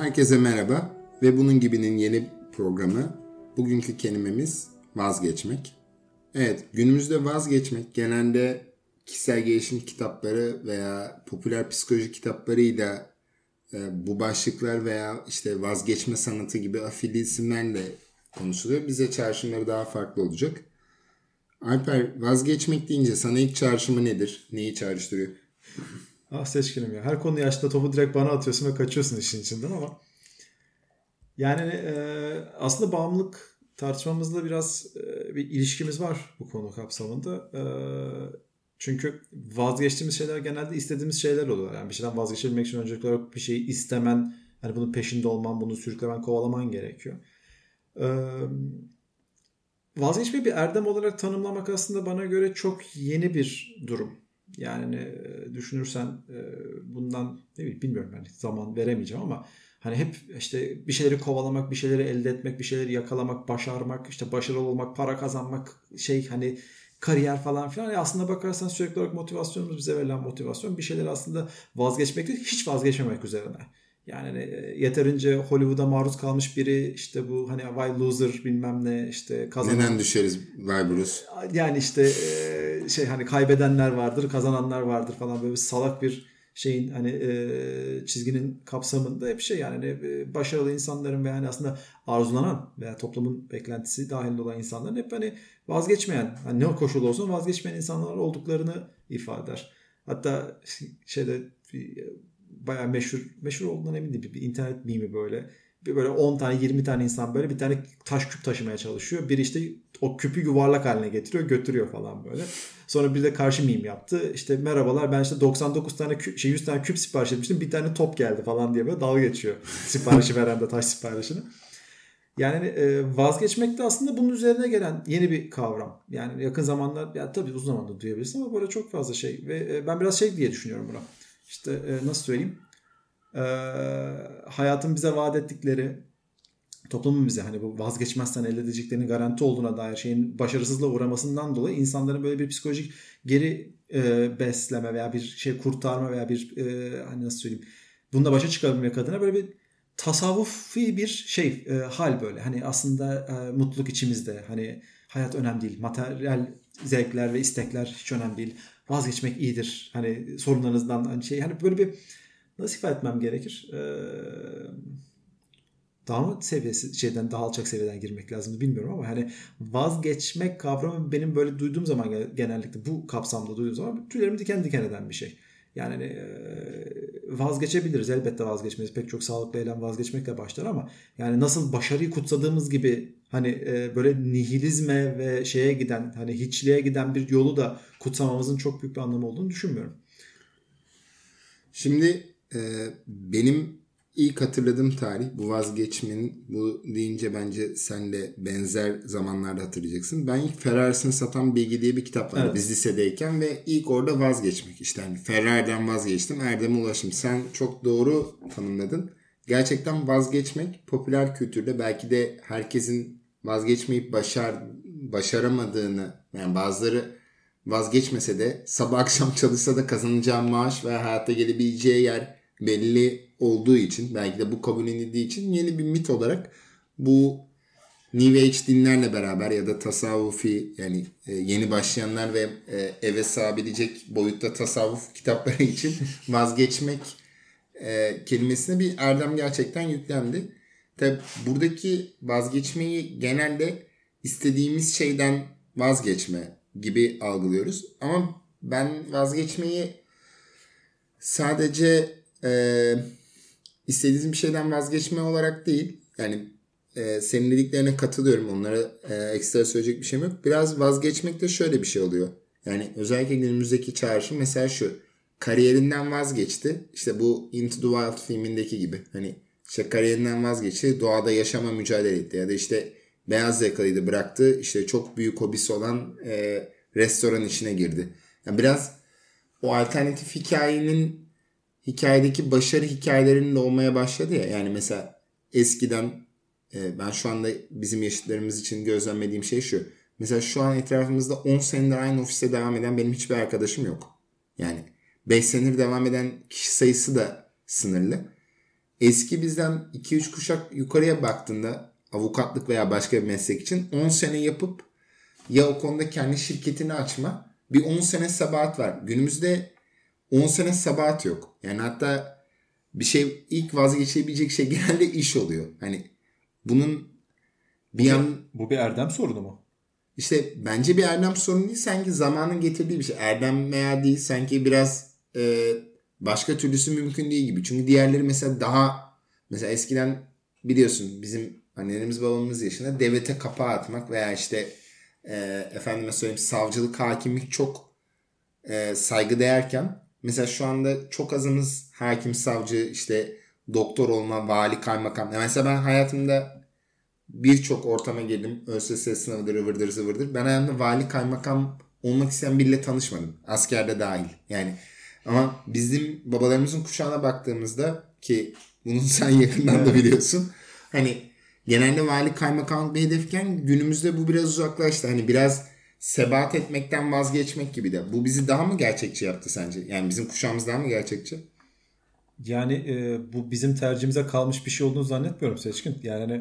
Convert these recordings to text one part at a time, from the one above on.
Herkese merhaba ve bunun gibinin yeni programı. Bugünkü kelimemiz vazgeçmek. Evet, günümüzde vazgeçmek genelde kişisel gelişim kitapları veya popüler psikoloji kitaplarıyla bu başlıklar veya işte vazgeçme sanatı gibi afili isimlerle konuşuluyor. Bize çağrışımları daha farklı olacak. Alper, vazgeçmek deyince sana ilk çağrışımı nedir? Neyi çağrıştırıyor? Ah seçkinim ya. Her konuyu açtığında topu direkt bana atıyorsun ve kaçıyorsun işin içinden ama. Yani aslında bağımlılık tartışmamızda biraz bir ilişkimiz var bu konu kapsamında. Çünkü vazgeçtiğimiz şeyler genelde istediğimiz şeyler oluyor. Yani bir şeyden vazgeçebilmek için öncelikli olarak bir şeyi istemen, hani bunun peşinde olman, bunu sürüklemen, kovalaman gerekiyor. Vazgeçmeyi bir erdem olarak tanımlamak aslında bana göre çok yeni bir durum. Yani düşünürsen bundan bilmiyorum yani zaman veremeyeceğim ama hani hep işte bir şeyleri kovalamak, bir şeyleri elde etmek, bir şeyleri yakalamak, başarmak, işte başarılı olmak, para kazanmak, hani kariyer falan filan. Yani aslında bakarsan sürekli olarak motivasyonumuz, bize verilen motivasyon bir şeyleri aslında vazgeçmek değil, hiç vazgeçmemek üzerine. Yani yeterince Hollywood'a maruz kalmış biri işte bu hani why loser bilmem ne işte kazanan. Neden düşeriz why Bruce? Yani işte hani kaybedenler vardır, kazananlar vardır falan, böyle bir salak bir şeyin hani çizginin kapsamında hep yani başarılı insanların ve hani aslında arzulanan veya toplumun beklentisi dahilinde olan insanların hep hani vazgeçmeyen, hani ne koşul olsun vazgeçmeyen insanlar olduklarını ifade eder. Hatta bayağı meşhur olduğundan emin değilim. Bir internet mimi böyle. Böyle 10 tane 20 tane insan böyle bir tane taş küp taşımaya çalışıyor. Biri işte o küpü yuvarlak haline getiriyor, götürüyor falan böyle. Sonra bir de karşı meme yaptı. İşte merhabalar, ben işte 99 tane 100 tane küp sipariş etmiştim. Bir tane top geldi falan diye böyle dalga geçiyor. Siparişi veren de taş siparişini. Yani vazgeçmek de aslında bunun üzerine gelen yeni bir kavram. Yani yakın zamanlar, ya tabii uzun zamandır duyabilirsin ama böyle çok fazla şey. Ve ben biraz diye düşünüyorum buna. İşte nasıl söyleyeyim? Hayatın bize vaat ettikleri, toplumun bize hani bu vazgeçmezsen elde edeceklerinin garanti olduğuna dair şeyin başarısızlığa uğramasından dolayı insanların böyle bir psikolojik geri besleme veya bir şey kurtarma veya bir hani nasıl söyleyeyim, bununla başa çıkabilmek adına böyle bir tasavvufi bir hal böyle. Hani aslında mutluluk içimizde, hani hayat önemli değil, materyal zevkler ve istekler hiç önemli değil. Vazgeçmek iyidir. Hani sorunlarınızdan hani hani böyle bir nasıl ifade etmem gerekir? Daha mı daha alçak seviyeden girmek lazım bilmiyorum ama hani vazgeçmek kavramı benim böyle duyduğum zaman, genellikle bu kapsamda duyduğum zaman tüylerimi diken diken eden bir şey. Yani vazgeçebiliriz. Elbette vazgeçmeyiz. Pek çok sağlıklı eylem vazgeçmekle başlar ama yani nasıl başarıyı kutsadığımız gibi hani böyle nihilizme ve şeye giden, hani hiçliğe giden bir yolu da kutsamamızın çok büyük bir anlamı olduğunu düşünmüyorum. Şimdi benim ilk hatırladığım tarih bu vazgeçmenin, bu deyince bence sen de benzer zamanlarda hatırlayacaksın. Ben ilk Ferrari'sini satan Bilgi diye bir kitap vardı, evet, biz lisedeyken ve ilk orada vazgeçmek, işte hani Ferrari'den vazgeçtim, erdeme ulaştım. Sen çok doğru tanımladın. Gerçekten vazgeçmek popüler kültürde belki de herkesin vazgeçmeyip başaramadığını, yani bazıları vazgeçmese de sabah akşam çalışsa da kazanacağı maaş ve hayatta gelebileceği yer belli olduğu için, belki de bu kabul edildiği için yeni bir mit olarak bu New Age dinlerle beraber ya da tasavvufi, yani yeni başlayanlar ve eve sığabilecek boyutta tasavvuf kitapları için vazgeçmek kelimesine bir erdem gerçekten yüklendi. Tabi buradaki vazgeçmeyi genelde istediğimiz şeyden vazgeçme gibi algılıyoruz. Ama ben vazgeçmeyi sadece istediğiniz bir şeyden vazgeçme olarak değil, yani senin dediklerine katılıyorum, onlara ekstra söyleyecek bir şeyim yok. Biraz vazgeçmek de şöyle bir şey oluyor. Yani özellikle günümüzdeki çağrışım mesela şu: kariyerinden vazgeçti. İşte bu Into the Wild filmindeki gibi. Hani işte kariyerinden vazgeçti, doğada yaşama mücadele etti. Ya da işte beyaz yakalıydı, bıraktı. İşte çok büyük hobisi olan restoran işine girdi. Yani biraz o alternatif hikayedeki başarı hikayelerinin de olmaya başladı ya. Yani mesela eskiden ben şu anda bizim yaşıtlarımız için gözlemlediğim şey şu: mesela şu an etrafımızda 10 senedir aynı ofiste devam eden benim hiçbir arkadaşım yok. Yani 5 senedir devam eden kişi sayısı da sınırlı. eski bizden 2-3 kuşak yukarıya baktığında avukatlık veya başka bir meslek için 10 sene yapıp ya o konuda kendi şirketini açma, bir 10 sene sebat var. Günümüzde 10 sene sebat yok. Yani hatta bir şey ilk vazgeçebilecek şey genelde iş oluyor. Hani bunun bu bir erdem sorunu mu? İşte bence bir erdem sorunu değil, sanki zamanın getirdiği bir şey. Erdem veya değil, sanki biraz başka türlüsü mümkün değil gibi. Çünkü diğerleri mesela eskiden biliyorsun bizim annelerimiz babamız yaşında devlete kapağı atmak veya işte efendime söyleyeyim savcılık, hakimlik çok saygıdeğerken mesela şu anda çok azımız hakim, savcı, işte doktor olma, vali, kaymakam. Mesela ben hayatımda birçok ortama girdim. ÖSS sınavıdır, ıvırdır zıvırdır. Ben hayatımda vali, kaymakam olmak isteyen biriyle tanışmadım. Askerde dahil. Yani ama bizim babalarımızın kuşağına baktığımızda, ki bunu sen yakından da biliyorsun. Hani genelde vali, kaymakam bir hedefken günümüzde bu biraz uzaklaştı. Hani biraz sebat etmekten vazgeçmek gibi de. Bu bizi daha mı gerçekçi yaptı sence? Yani bizim kuşağımız daha mı gerçekçi? Yani bu bizim tercihimize kalmış bir şey olduğunu zannetmiyorum Seçkin.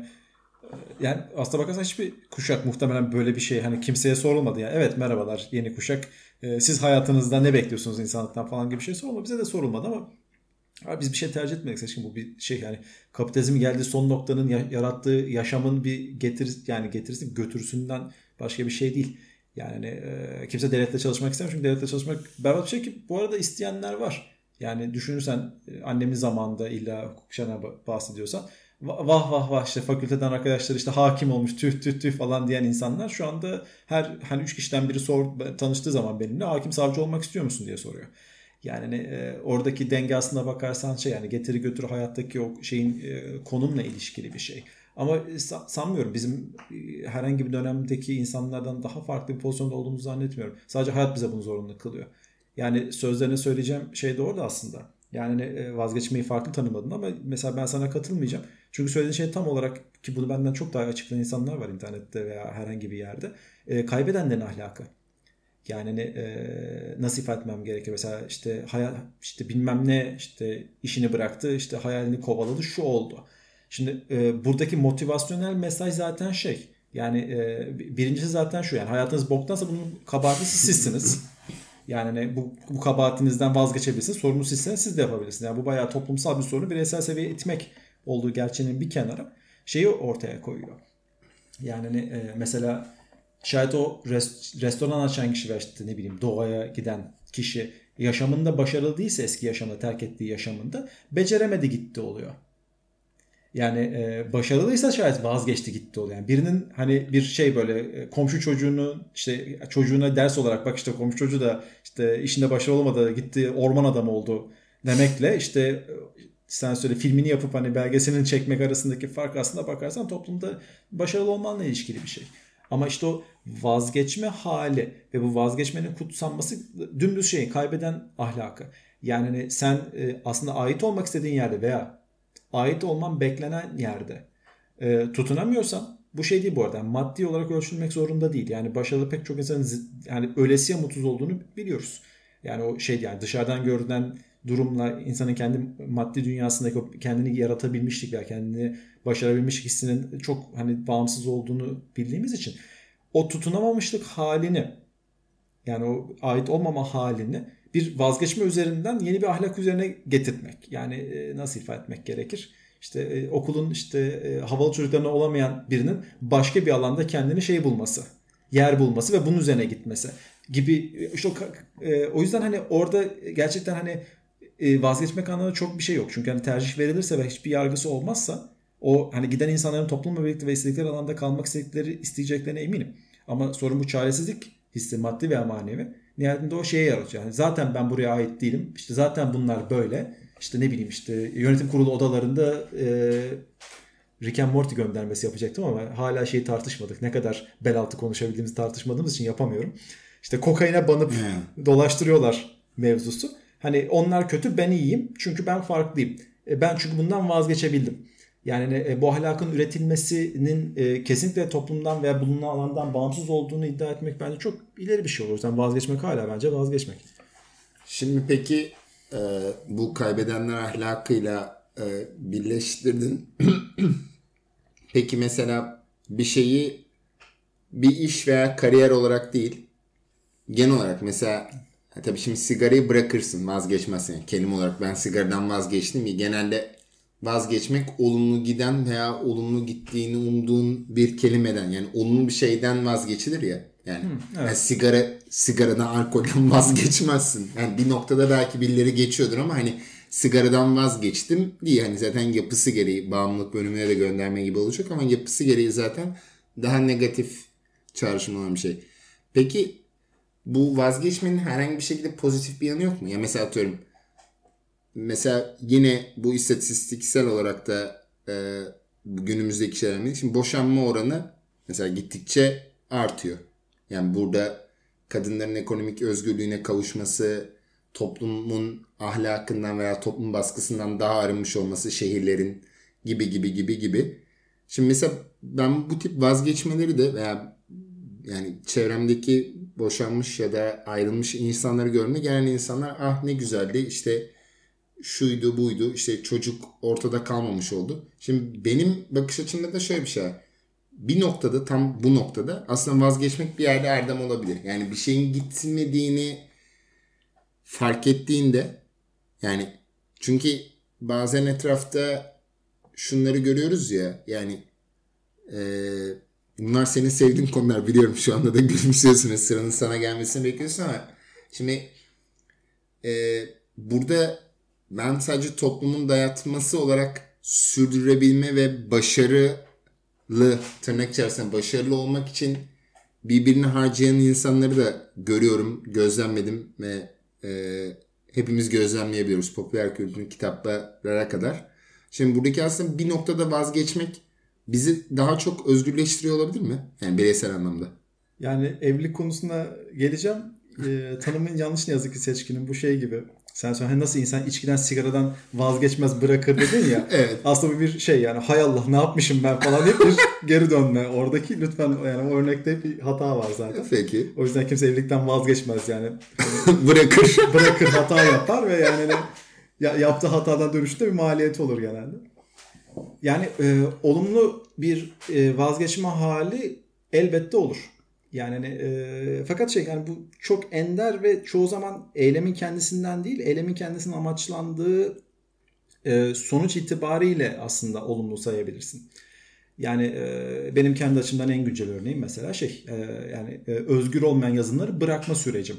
Yani aslına bakarsan hiçbir kuşak muhtemelen böyle bir şey hani kimseye sorulmadı. Yani evet merhabalar yeni kuşak, siz hayatınızda ne bekliyorsunuz insanlıktan falan gibi bir şey sorulmadı. Bize de sorulmadı ama abi biz bir şey tercih etmedik Seçkin. Bu bir şey yani kapitalizm geldiği son noktanın yarattığı yaşamın bir getirisi götürüsünden başka bir şey değil. Yani kimse devletle çalışmak istemiyor çünkü devletle çalışmak berbat bir şey ki bu arada isteyenler var. Yani düşünürsen annemin zamanında illa hukuk kuşağına bahsediyorsan vah vah vah işte fakülteden arkadaşlar işte hakim olmuş tüh tüh tüh falan diyen insanlar şu anda hani 3 kişiden biri tanıştığı zaman benimle hakim savcı olmak istiyor musun diye soruyor. Yani oradaki denge aslına bakarsan yani getiri götürü hayattaki o şeyin konumla ilişkili bir şey. Ama sanmıyorum bizim herhangi bir dönemdeki insanlardan daha farklı bir pozisyonda olduğumuzu zannetmiyorum. Sadece hayat bize bunu zorunlu kılıyor. Yani sözlerine söyleyeceğim şey doğru da aslında. Yani vazgeçmeyi farklı tanımladın ama mesela ben sana katılmayacağım. Çünkü söylediğin şey tam olarak, ki bunu benden çok daha açıklayan insanlar var internette veya herhangi bir yerde. Kaybedenlerin ahlakı. Yani nasıl ifade etmem gerekir? Mesela işte bilmem ne işte işini bıraktı, işte hayalini kovaladı, şu oldu. Şimdi buradaki motivasyonel mesaj zaten yani birincisi zaten şu, yani hayatınız boktansa bunun kabahatlisi sizsiniz. Yani bu kabahatinizden vazgeçebilirsiniz. Sorumlu sizseniz siz de yapabilirsiniz. Yani bu bayağı toplumsal bir sorunu bireysel seviyeye itmek olduğu gerçeğinin bir kenara şeyi ortaya koyuyor. Yani mesela şayet o restoran açan kişi ve işte ne bileyim doğaya giden kişi yaşamında başarılı değilse, eski yaşamında terk ettiği yaşamında beceremedi gitti oluyor. Yani başarılıysa şayet vazgeçti gitti oluyor. Yani birinin hani bir şey böyle komşu çocuğunu işte çocuğuna ders olarak bak işte komşu çocuğu da işte işinde başarılı olmadı gitti orman adamı oldu demekle işte sen söyle filmini yapıp hani belgeselini çekmek arasındaki fark aslında bakarsan toplumda başarılı olmanla ilişkili bir şey. Ama işte o vazgeçme hali ve bu vazgeçmenin kutsanması dümdüz kaybeden ahlakı. Yani sen aslında ait olmak istediğin yerde veya ait olman beklenen yerde tutunamıyorsan, bu şey değil bu arada. Yani maddi olarak ölçülmek zorunda değil. Yani başarılı pek çok insanın yani ölesiye mutsuz olduğunu biliyoruz. Yani o yani dışarıdan görünen durumla insanın kendi maddi dünyasındaki o kendini yaratabilmişlik veya kendini başarabilmişlik hissinin çok hani bağımsız olduğunu bildiğimiz için o tutunamamışlık halini, yani o ait olmama halini bir vazgeçme üzerinden yeni bir ahlak üzerine getirmek. Yani nasıl ifade etmek gerekir? İşte okulun havalı çocuklarına olamayan birinin başka bir alanda kendini bulması, yer bulması ve bunun üzerine gitmesi gibi. İşte o yüzden hani orada gerçekten hani vazgeçmek anlamında çok bir şey yok. Çünkü hani tercih verilirse ve hiçbir yargısı olmazsa o hani giden insanların toplumla birlikte ve istedikleri alanda kalmak isteyeceklerine eminim. Ama sorun bu çaresizlik hissi, maddi veya manevi. Nihayetinde o yaratıyor. Yani zaten ben buraya ait değilim. İşte zaten bunlar böyle. İşte ne bileyim yönetim kurulu odalarında Rick and Morty göndermesi yapacaktım ama hala tartışmadık. Ne kadar bel altı konuşabildiğimizi tartışmadığımız için yapamıyorum. İşte kokaine banıp dolaştırıyorlar mevzusu. Hani onlar kötü, ben iyiyim. Çünkü ben farklıyım. Ben çünkü bundan vazgeçebildim. Yani bu ahlakın üretilmesinin kesinlikle toplumdan veya bulunan alandan bağımsız olduğunu iddia etmek bence çok ileri bir şey olur. O yüzden vazgeçmek hala bence vazgeçmek. Şimdi peki bu kaybedenler ahlakıyla birleştirdin. Peki mesela bir şeyi bir iş veya kariyer olarak değil, genel olarak mesela tabii şimdi sigarayı bırakırsın, vazgeçmezsin. Yani kelime olarak ben sigaradan vazgeçtim ya, genelde vazgeçmek olumlu giden veya olumlu gittiğini umduğun bir kelimeden, yani olumlu bir şeyden vazgeçilir ya. Yani, evet. yani sigaradan, alkolden vazgeçmezsin. Yani bir noktada belki birileri geçiyordur ama hani sigaradan vazgeçtim diye, hani zaten yapısı gereği bağımlılık bölümüne de gönderme gibi olacak ama yapısı gereği zaten daha negatif çağrışım olan bir şey. Peki bu vazgeçmenin herhangi bir şekilde pozitif bir yanı yok mu? Ya mesela atıyorum, mesela yine bu istatistiksel olarak da günümüzdeki şeyler mi? Şimdi boşanma oranı mesela gittikçe artıyor. Yani burada kadınların ekonomik özgürlüğüne kavuşması, toplumun ahlakından veya toplum baskısından daha arınmış olması şehirlerin gibi. Şimdi mesela ben bu tip vazgeçmeleri de veya yani çevremdeki boşanmış ya da ayrılmış insanları görme, gelen insanlar ah ne güzeldi işte şuydu buydu işte çocuk ortada kalmamış oldu. Şimdi benim bakış açımda da şöyle bir şey var. Bir noktada, tam bu noktada aslında vazgeçmek bir yerde erdem olabilir. Yani bir şeyin gitmediğini fark ettiğinde, yani çünkü bazen etrafta şunları görüyoruz ya, yani bunlar senin sevdiğin konular biliyorum, şu anda da gülümsüyorsun, sıranın sana gelmesini bekliyorsun ama şimdi burada ben sadece toplumun dayatması olarak sürdürebilme ve başarılı, tırnak içerisinde başarılı olmak için birbirini harcayan insanları da görüyorum, gözlemledim ve hepimiz gözlemleyebiliyoruz popüler kültürün kitaplara kadar. Şimdi buradaki aslında bir noktada vazgeçmek bizi daha çok özgürleştiriyor olabilir mi? Yani bireysel anlamda. Yani evlilik konusuna geleceğim. Tanımın yanlış ne yazık ki Seçkin'in, bu şey gibi. Sen sonra hani nasıl insan içkiden sigaradan vazgeçmez bırakır dedin ya. Evet. Aslında bu bir şey, yani hay Allah ne yapmışım ben falan deyip bir geri dönme. Oradaki lütfen, yani o örnekte bir hata var zaten. Peki. O yüzden kimse evlilikten vazgeçmez yani. Bırakır hata yapar ve yani yaptığı hatadan dönüşte bir maliyeti olur genelde. Yani olumlu bir vazgeçme hali elbette olur. Yani fakat yani bu çok ender ve çoğu zaman eylemin kendisinden değil, eylemin kendisinin amaçlandığı sonuç itibariyle aslında olumlu sayabilirsin. Yani benim kendi açımdan en güncel örneğim mesela yani özgür olmayan yazılımları bırakma sürecim.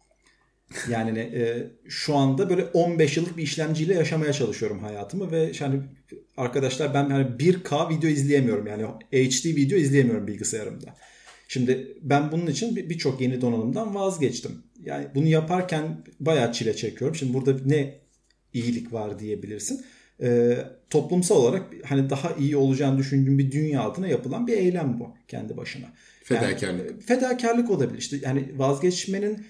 Yani şu anda böyle 15 yıllık bir işlemciyle yaşamaya çalışıyorum hayatımı ve yani arkadaşlar ben yani 1K video izleyemiyorum, yani HD video izleyemiyorum bilgisayarımda. Şimdi ben bunun için birçok yeni donanımdan vazgeçtim. Yani bunu yaparken bayağı çile çekiyorum. Şimdi burada ne iyilik var diyebilirsin. Toplumsal olarak hani daha iyi olacağını düşündüğüm bir dünya altına yapılan bir eylem bu kendi başına. Fedakarlık. Yani, fedakarlık olabilir. İşte yani vazgeçmenin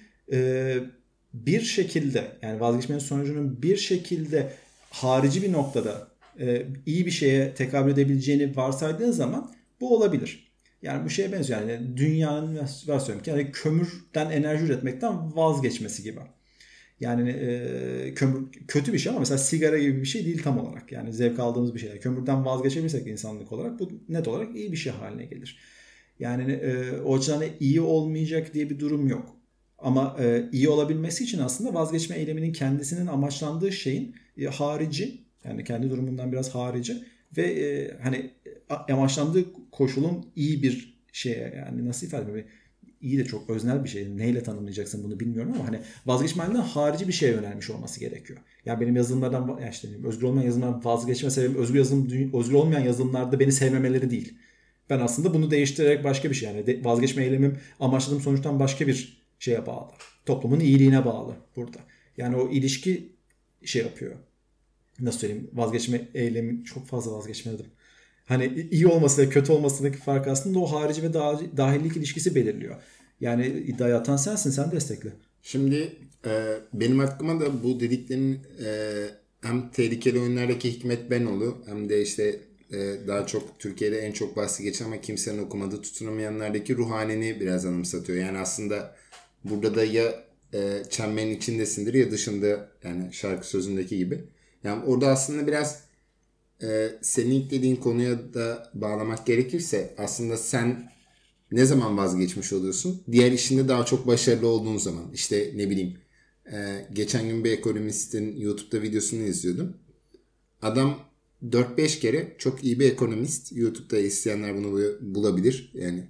bir şekilde, yani vazgeçmenin sonucunun bir şekilde harici bir noktada iyi bir şeye tekabül edebileceğini varsaydığın zaman bu olabilir. Yani bu şeye benziyor. Yani dünyanın varsayıyorum ki yani kömürden enerji üretmekten vazgeçmesi gibi. Yani kömür kötü bir şey ama mesela sigara gibi bir şey değil tam olarak. Yani zevk aldığımız bir şey. Kömürden vazgeçebilirsek insanlık olarak bu net olarak iyi bir şey haline gelir. Yani o açıdan iyi olmayacak diye bir durum yok. Ama iyi olabilmesi için aslında vazgeçme eyleminin kendisinin amaçlandığı şeyin harici, yani kendi durumundan biraz harici ve hani amaçlandığı koşulun iyi bir şeye, yani nasıl ifade edeyim, iyi de çok öznel bir şey. Neyle tanımlayacaksın bunu bilmiyorum ama hani vazgeçme halinden harici bir şeye yönelmiş olması gerekiyor. Yani benim yazılımlardan, yani işte özgür olmayan yazılımlardan vazgeçme sebebim özgür olmayan yazılımlarda beni sevmemeleri değil. Ben aslında bunu değiştirerek başka bir şey, yani vazgeçme eylemim amaçladığım sonuçtan başka bir şeye bağlı. Toplumun iyiliğine bağlı burada. Yani o ilişki şey yapıyor. Nasıl söyleyeyim? Vazgeçme eylemi, çok fazla vazgeçmedim. Hani iyi olması ve kötü olmasındaki fark aslında o harici ve dahillik ilişkisi belirliyor. Yani iddiayı atan sensin, sen destekle. Şimdi benim aklıma da bu dediklerinin hem tehlikeli oyunlardaki Hikmet Benoğlu hem de işte daha çok Türkiye'de en çok bahsi geçen ama kimsenin okumadığı Tutunamayanlardaki Ruhani'ni biraz anımsatıyor. Yani aslında burada da ya çemberin içindesindir ya dışında, yani şarkı sözündeki gibi. Yani orada aslında biraz senin ilk dediğin konuya da bağlamak gerekirse aslında sen ne zaman vazgeçmiş oluyorsun? Diğer işinde daha çok başarılı olduğun zaman. İşte ne bileyim, geçen gün bir ekonomistin YouTube'da videosunu izliyordum. Adam 4-5 kere, çok iyi bir ekonomist. YouTube'da isteyenler bunu bulabilir. Yani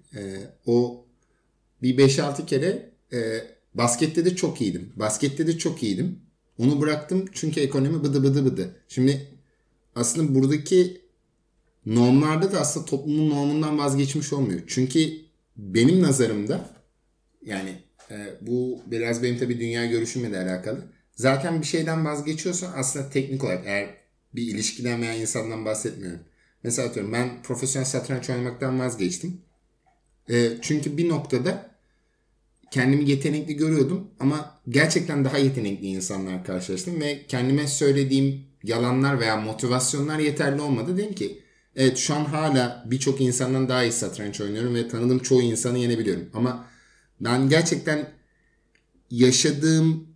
o bir 5-6 kere baskette de çok iyiydim. Baskette de çok iyiydim. Onu bıraktım çünkü ekonomi bıdı bıdı bıdı. Şimdi aslında buradaki normlarda da aslında toplumun normundan vazgeçmiş olmuyor. Çünkü benim nazarımda, yani bu biraz benim tabii dünya görüşümle de alakalı. Zaten bir şeyden vazgeçiyorsan aslında teknik olarak, eğer bir ilişkiden veya insandan bahsetmiyorum. Mesela atıyorum, ben profesyonel satranç oynamaktan vazgeçtim. Çünkü bir noktada kendimi yetenekli görüyordum ama gerçekten daha yetenekli insanlar karşılaştım ve kendime söylediğim yalanlar veya motivasyonlar yeterli olmadı. Dedim ki evet, şu an hala birçok insandan daha iyi satranç oynuyorum ve tanıdığım çoğu insanı yenebiliyorum. Ama ben gerçekten yaşadığım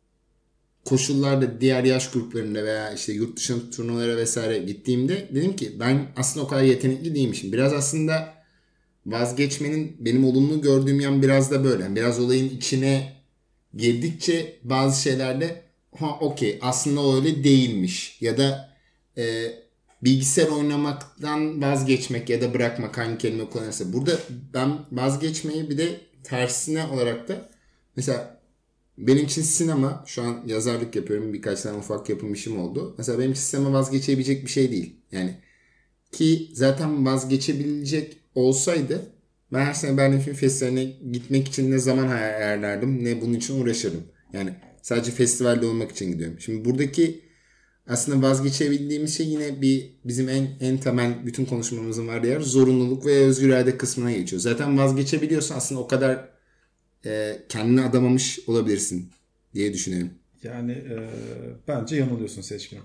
koşullarda, diğer yaş gruplarında veya işte yurt dışı turnuvalara vesaire gittiğimde dedim ki ben aslında o kadar yetenekli değilmişim. Biraz aslında vazgeçmenin benim olumlu gördüğüm yan biraz da böyle. Yani biraz olayın içine girdikçe bazı şeylerde okey, aslında öyle değilmiş. Ya da bilgisayar oynamaktan vazgeçmek ya da bırakmak, hangi kelime kullanırsa. Burada ben vazgeçmeyi bir de tersine olarak da, mesela benim için sinema, şu an yazarlık yapıyorum. Birkaç tane ufak yapım işim oldu. Mesela benim için sinema vazgeçebilecek bir şey değil. Yani ki zaten vazgeçebilecek olsaydı ben her sene Berlin Film Festivali'ne gitmek için ne zaman ayarlardım ne bunun için uğraşırdım. Yani sadece festivalde olmak için gidiyorum. Şimdi buradaki aslında vazgeçebildiğimiz şey yine bizim en temel bütün konuşmamızın vardığı yer zorunluluk ve özgür irade kısmına geçiyor. Zaten vazgeçebiliyorsan aslında o kadar kendini adamamış olabilirsin diye düşünüyorum. Yani bence yanılıyorsun Seçkin.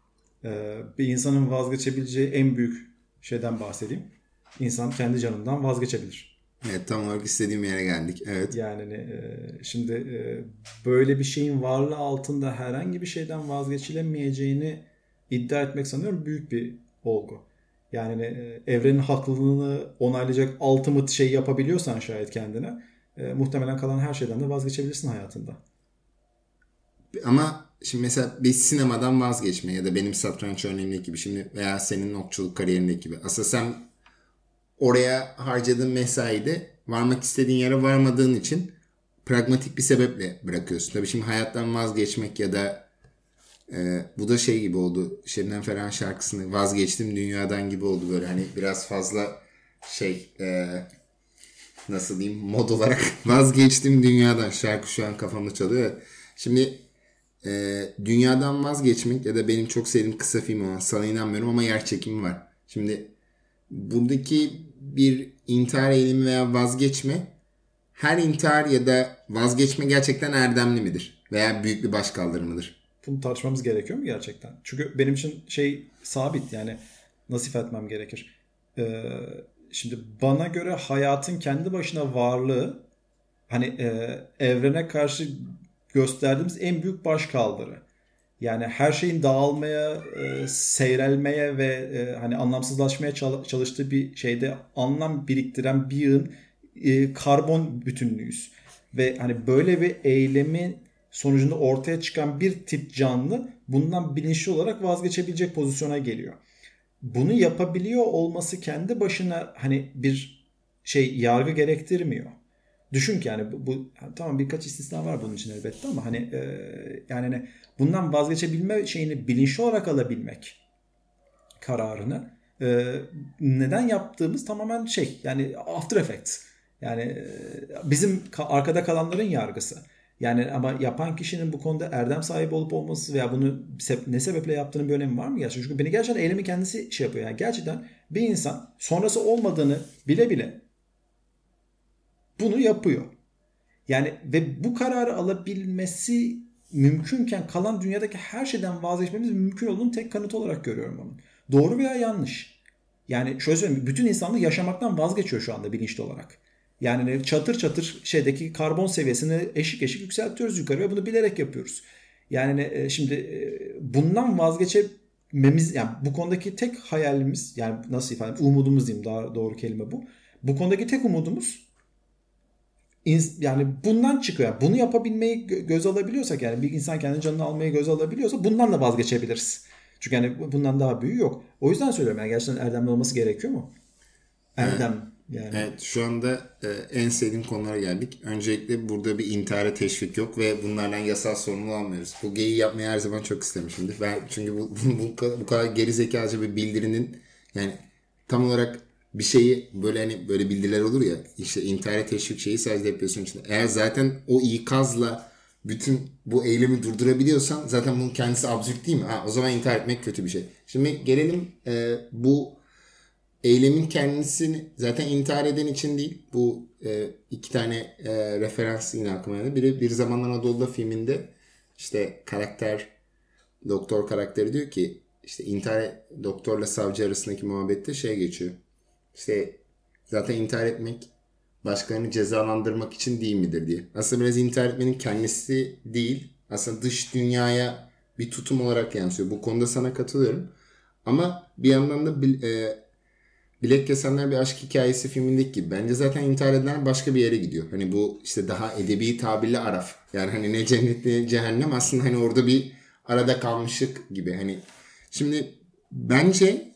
Bir insanın vazgeçebileceği en büyük şeyden bahsedeyim. İnsan kendi canından vazgeçebilir. Evet, tam olarak istediğim yere geldik. Evet. Yani şimdi böyle bir şeyin varlığı altında herhangi bir şeyden vazgeçilemeyeceğini iddia etmek sanıyorum büyük bir olgu. Yani evrenin haklılığını onaylayacak ultimate şey yapabiliyorsan şayet kendine, muhtemelen kalan her şeyden de vazgeçebilirsin hayatında. Ama şimdi mesela bir sinemadan vazgeçme ya da benim satranç örneğimdeki gibi şimdi veya senin okçuluk kariyerindeki gibi. Aslında sen oraya harcadığın mesaide varmak istediğin yere varmadığın için pragmatik bir sebeple bırakıyorsun. Tabii şimdi hayattan vazgeçmek ya da bu da şey gibi oldu. Şebnem Ferah'ın şarkısını vazgeçtim dünyadan gibi oldu, böyle hani biraz fazla nasıl diyeyim, mod olarak vazgeçtim dünyadan, şarkı şu an kafamda çalıyor. Şimdi dünyadan vazgeçmek ya da benim çok sevdiğim kısa film olan Sana İnanmıyorum ama Yer Çekimi var. Şimdi buradaki bir intihar eylemi veya vazgeçme, her intihar ya da vazgeçme gerçekten erdemli midir? Veya büyük bir başkaldırı mıdır? Bunu tartışmamız gerekiyor mu gerçekten? Çünkü benim için şey sabit, yani nasip etmem gerekir. Şimdi bana göre hayatın kendi başına varlığı hani evrene karşı gösterdiğimiz en büyük başkaldırı. Yani her şeyin dağılmaya, seyrelmeye ve hani anlamsızlaşmaya çalıştığı bir şeyde anlam biriktiren bir yığın karbon bütünlüğüyüz. Ve hani böyle bir eylemin sonucunda ortaya çıkan bir tip canlı bundan bilinçli olarak vazgeçebilecek pozisyona geliyor. Bunu yapabiliyor olması kendi başına hani bir şey yargı gerektirmiyor. Düşün ki yani bu tamam, birkaç istisna var bunun için elbette ama hani yani bundan vazgeçebilme şeyini bilinçli olarak alabilmek kararını neden yaptığımız tamamen şey, yani After Effects, yani bizim arkada kalanların yargısı. Yani ama yapan kişinin bu konuda erdem sahibi olup olması veya bunu ne sebeple yaptığının bir önemi var mı gerçekten? Çünkü beni gerçekten eylemin kendisi şey yapıyor. Yani gerçekten bir insan sonrası olmadığını bile bile bunu yapıyor. Yani ve bu kararı alabilmesi mümkünken kalan dünyadaki her şeyden vazgeçmemiz mümkün olduğunu tek kanıtı olarak görüyorum onun. Doğru veya yanlış. Yani şöyle söyleyeyim, bütün insanlık yaşamaktan vazgeçiyor şu anda bilinçli olarak. Yani çatır çatır şeydeki karbon seviyesini eşik eşik yükseltiyoruz yukarı ve bunu bilerek yapıyoruz. Yani şimdi bundan vazgeçe yani bu konudaki tek hayalimiz, yani nasıl ifade edeyim, umudumuz diyeyim, daha doğru kelime bu. Bu konudaki tek umudumuz yani bundan çıkıyor. Yani bunu yapabilmeyi göz alabiliyorsak, yani bir insan kendi canını almayı göz alabiliyorsa bundan da vazgeçebiliriz. Çünkü yani bundan daha büyüğü yok. O yüzden söylüyorum, yani gerçekten erdemli olması gerekiyor mu? Erdem yani. Evet, şu anda en sevdiğim konulara geldik. Öncelikle burada bir intihara teşvik yok ve bunlardan yasal sorumlu almıyoruz. Bu geyiği yapmayı her zaman çok istemişimdir. Ben çünkü bu kadar geri zekalıca bir bildirinin, yani tam olarak bir şeyi böyle, hani böyle bildiriler olur ya, işte intihara teşvik şeyi sadece depresyon içinde. Eğer zaten o ikazla bütün bu eylemi durdurabiliyorsan zaten bunun kendisi absürt değil mi? O zaman intihar etmek kötü bir şey. Şimdi gelelim bu eylemin kendisini, zaten intihar eden için değil. Bu iki tane referans yine aklıma geldi. Biri Bir Zamanlar Anadolu'da filminde işte doktor karakteri diyor ki işte doktorla savcı arasındaki muhabbette şey geçiyor. İşte zaten intihar etmek başkalarını cezalandırmak için değil midir diye. Aslında biraz intihar etmenin kendisi değil, aslında dış dünyaya bir tutum olarak yansıyor. Bu konuda sana katılıyorum. Ama bir yandan da Bilek Kesenler Bir Aşk Hikayesi filmindeki gibi bence zaten intihar edenler başka bir yere gidiyor. Hani bu işte daha edebi tabirle araf. Yani hani ne cennet ne cehennem, aslında hani orada bir arada kalmışlık gibi. Hani şimdi bence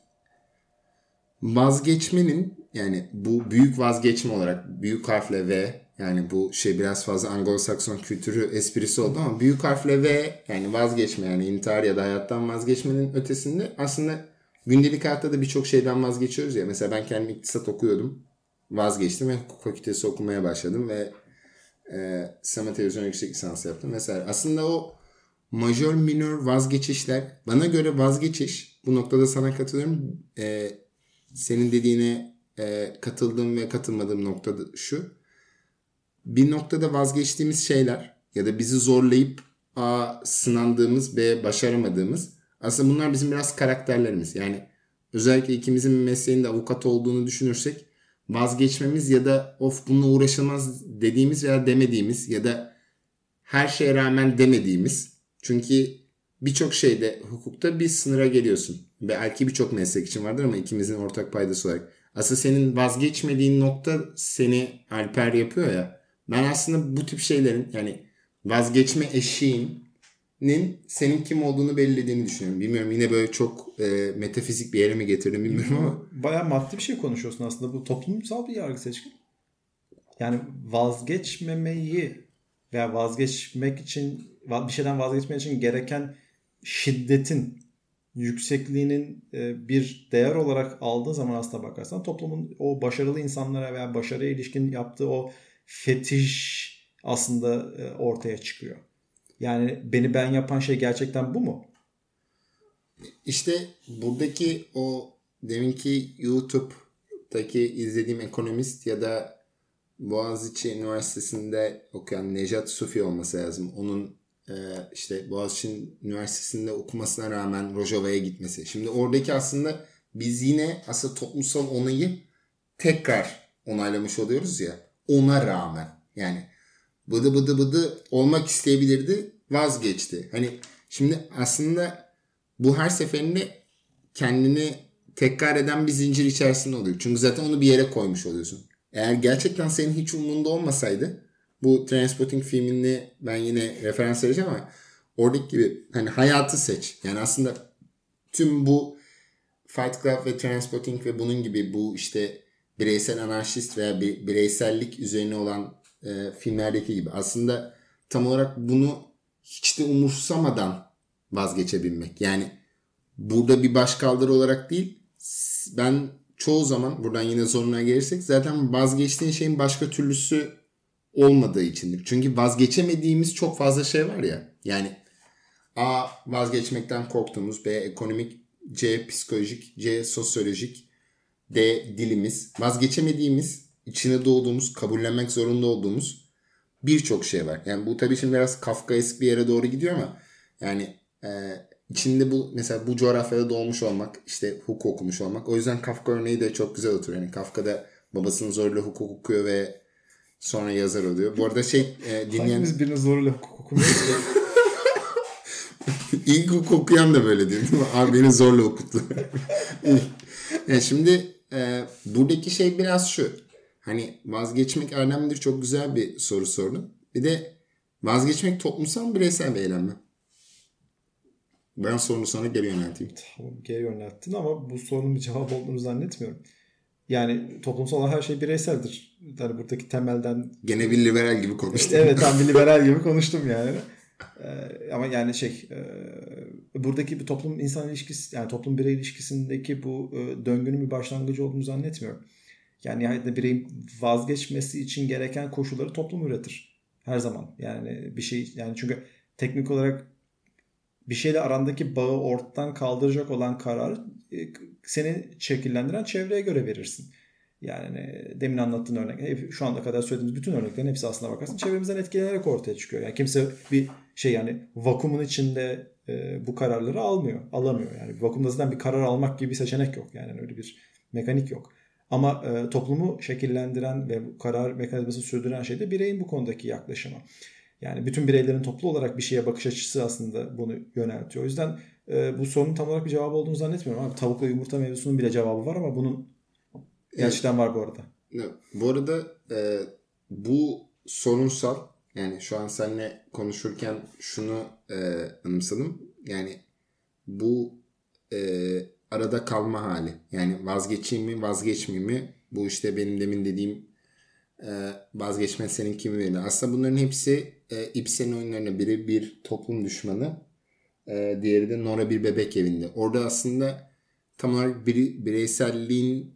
vazgeçmenin, yani bu büyük vazgeçme olarak büyük harfle V, yani bu şey biraz fazla Anglo-Sakson kültürü esprisi oldu ama büyük harfle V, yani vazgeçme, yani intihar ya da hayattan vazgeçmenin ötesinde aslında gündelik hayatta da birçok şeyden vazgeçiyoruz ya. Mesela ben kendim iktisat okuyordum. Vazgeçtim ve hukuk fakültesi okumaya başladım ve sinema televizyon yüksek lisans yaptım. Mesela aslında o majör minör vazgeçişler, bana göre vazgeçiş, bu noktada sana katılıyorum. Senin dediğine katıldığım ve katılmadığım nokta şu. Bir noktada vazgeçtiğimiz şeyler ya da bizi zorlayıp sınandığımız ve başaramadığımız, aslında bunlar bizim biraz karakterlerimiz. Yani özellikle ikimizin mesleğinde avukat olduğunu düşünürsek vazgeçmemiz ya da of bununla uğraşılmaz dediğimiz veya demediğimiz ya da her şeye rağmen demediğimiz. Çünkü birçok şeyde hukukta bir sınıra geliyorsun. Belki birçok meslek için vardır ama ikimizin ortak paydası olarak. Aslında senin vazgeçmediğin nokta seni alper yapıyor ya. Ben aslında bu tip şeylerin, yani vazgeçme eşiğinin senin kim olduğunu belirlediğini düşünüyorum. Bilmiyorum, yine böyle çok metafizik bir yere mi getirdim bilmiyorum ama. Bayağı maddi bir şey konuşuyorsun aslında. Bu toplumsal bir yargı Seçkin. Yani vazgeçmemeyi veya vazgeçmek için, bir şeyden vazgeçmek için gereken şiddetin yüksekliğinin bir değer olarak aldığın zaman aslına bakarsan toplumun o başarılı insanlara veya başarıya ilişkin yaptığı o fetiş aslında ortaya çıkıyor. Yani beni ben yapan şey gerçekten bu mu? İşte buradaki o deminki YouTube'daki izlediğim ekonomist ya da Boğaziçi Üniversitesi'nde okuyan Nejat Sufi olması lazım. Onun işte Boğaziçi Üniversitesi'nde okumasına rağmen Rojava'ya gitmesi. Şimdi oradaki aslında biz yine aslında toplumsal onayı tekrar onaylamış oluyoruz ya. Ona rağmen. Yani bıdı olmak isteyebilirdi, vazgeçti. Hani şimdi aslında bu her seferinde kendini tekrar eden bir zincir içerisinde oluyor. Çünkü zaten onu bir yere koymuş oluyorsun. Eğer gerçekten senin hiç umurunda olmasaydı, bu Trainspotting filmini ben yine referans vereceğim ama oradaki gibi hani hayatı seç. Yani aslında tüm bu Fight Club ve Trainspotting ve bunun gibi bu işte bireysel anarşist veya bireysellik üzerine olan filmlerdeki gibi aslında tam olarak bunu hiç de umursamadan vazgeçebilmek. Yani burada bir başkaldırı olarak değil, ben çoğu zaman buradan yine zoruna gelirsek zaten vazgeçtiğin şeyin başka türlüsü olmadığı içindir. Çünkü vazgeçemediğimiz çok fazla şey var ya. Yani A, vazgeçmekten korktuğumuz, B, ekonomik, C, psikolojik, C, sosyolojik, D, dilimiz. Vazgeçemediğimiz, içine doğduğumuz, kabullenmek zorunda olduğumuz birçok şey var. Yani bu tabii şimdi biraz Kafkaesk bir yere doğru gidiyor ama yani içinde bu mesela bu coğrafyada doğmuş olmak, işte hukuk okumuş olmak. O yüzden Kafka örneği de çok güzel oturuyor. Yani Kafka'da babasının zoruyla hukuk okuyor ve sonra yazar oluyor. Bu arada dinleyen... Hangimiz birinin zoruyla hukuk okumuyor? İlk okuyan da böyle değil mi? Abi beni zorla okuttu. Yani şimdi buradaki şey biraz şu. Hani vazgeçmek erdem midir? Çok güzel bir soru sordun. Bir de vazgeçmek toplumsal mı, bireysel bir eylem mi? Ben sorunu sana geri yönelteyim. Tamam, geri yönelttin ama bu sorunun bir cevabı olduğunu zannetmiyorum. Yani toplumsal olan her şey bireyseldir. Yani buradaki temelden... Gene bir liberal gibi konuştum. Evet, tam bir liberal gibi konuştum yani. Ama yani buradaki bir toplum insan ilişkisi, yani toplum birey ilişkisindeki bu döngünün bir başlangıcı olduğunu zannetmiyorum. Yani nihayetinde bireyin vazgeçmesi için gereken koşulları toplum üretir. Her zaman. Yani bir şey, yani çünkü teknik olarak bir şeyle arandaki bağı ortadan kaldıracak olan kararı seni şekillendiren çevreye göre verirsin. Yani demin anlattığın örnek, şu anda kadar söylediğimiz bütün örneklerin hepsi aslına bakarsın çevremizden etkilenerek ortaya çıkıyor. Yani kimse bir şey, yani vakumun içinde bu kararları alamıyor. Yani vakumda zaten bir karar almak gibi bir seçenek yok. Yani öyle bir mekanik yok. Ama toplumu şekillendiren ve bu karar mekanizmasını sürdüren şey de bireyin bu konudaki yaklaşımı. Yani bütün bireylerin toplu olarak bir şeye bakış açısı aslında bunu yöneltiyor. O yüzden bu sorunun tam olarak bir cevabı olduğunu zannetmiyorum. Abi, tavukla yumurta mevzusunun bile cevabı var ama bunun gerçekten var bu arada. Bu arada bu sorunsal, yani şu an seninle konuşurken şunu anımsadım. Yani bu arada kalma hali. Yani vazgeçeyim mi, vazgeçmeyeyim mi? Bu işte benim demin dediğim vazgeçme senin kimi verir? Aslında bunların hepsi Ibsen'in oyunlarına, biri bir toplum düşmanı, diğeri de Nora bir bebek evinde. Orada aslında tam olarak bireyselliğin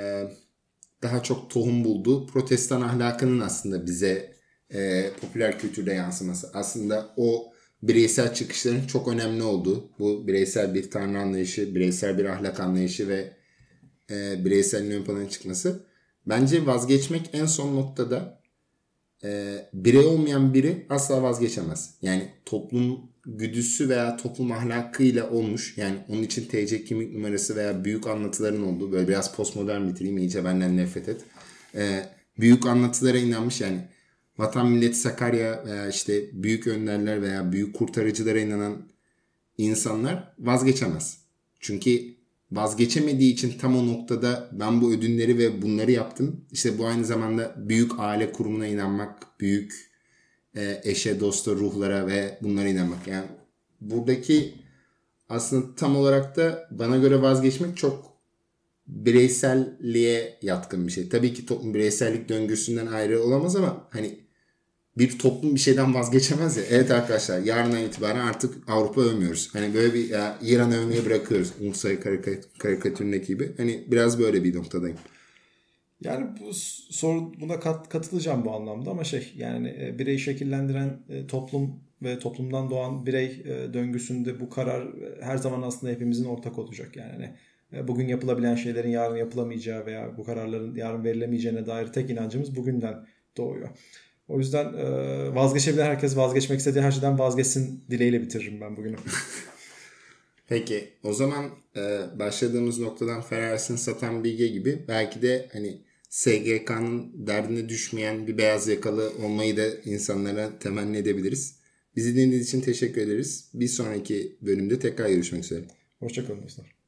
daha çok tohum bulduğu protestan ahlakının aslında bize popüler kültürde yansıması. Aslında o bireysel çıkışların çok önemli olduğu, bu bireysel bir tanrı anlayışı, bireysel bir ahlak anlayışı ve bireyselliğin ön plana çıkması. Bence vazgeçmek en son noktada birey olmayan biri asla vazgeçemez. Yani toplum güdüsü veya toplum ahlakıyla olmuş. Yani onun için TC kimlik numarası veya büyük anlatıların olduğu, böyle biraz postmodern bitireyim, iyice benden nefret et. Büyük anlatılara inanmış, yani Vatan Millet Sakarya veya işte büyük önderler veya büyük kurtarıcılara inanan insanlar vazgeçemez. Çünkü vazgeçemediği için tam o noktada ben bu ödünleri ve bunları yaptım. İşte bu aynı zamanda büyük aile kurumuna inanmak, büyük eşe, dosta, ruhlara ve bunlara inanmak. Yani buradaki aslında tam olarak da bana göre vazgeçmek çok bireyselliğe yatkın bir şey. Tabii ki toplum bireysellik döngüsünden ayrı olamaz ama hani bir toplum bir şeyden vazgeçemez ya. Evet arkadaşlar, yarından itibaren artık Avrupa övmüyoruz. Hani böyle bir İran övmeyi bırakıyoruz. Ulusal karikatüründeki gibi. Hani biraz böyle bir noktadayım. Yani bu soru, buna katılacağım bu anlamda ama yani bireyi şekillendiren toplum ve toplumdan doğan birey döngüsünde bu karar her zaman aslında hepimizin ortak olacak. Yani bugün yapılabilen şeylerin yarın yapılamayacağı veya bu kararların yarın verilemeyeceğine dair tek inancımız bugünden doğuyor. O yüzden vazgeçebilen herkes vazgeçmek istediği her şeyden vazgeçsin dileğiyle bitiririm ben bugünü. Peki o zaman başladığımız noktadan Ferraris'in satan bilge gibi belki de hani SGK'nın derdine düşmeyen bir beyaz yakalı olmayı da insanlara temenni edebiliriz. Bizi dinlediğiniz için teşekkür ederiz. Bir sonraki bölümde tekrar görüşmek üzere. Hoşçakalın dostlar.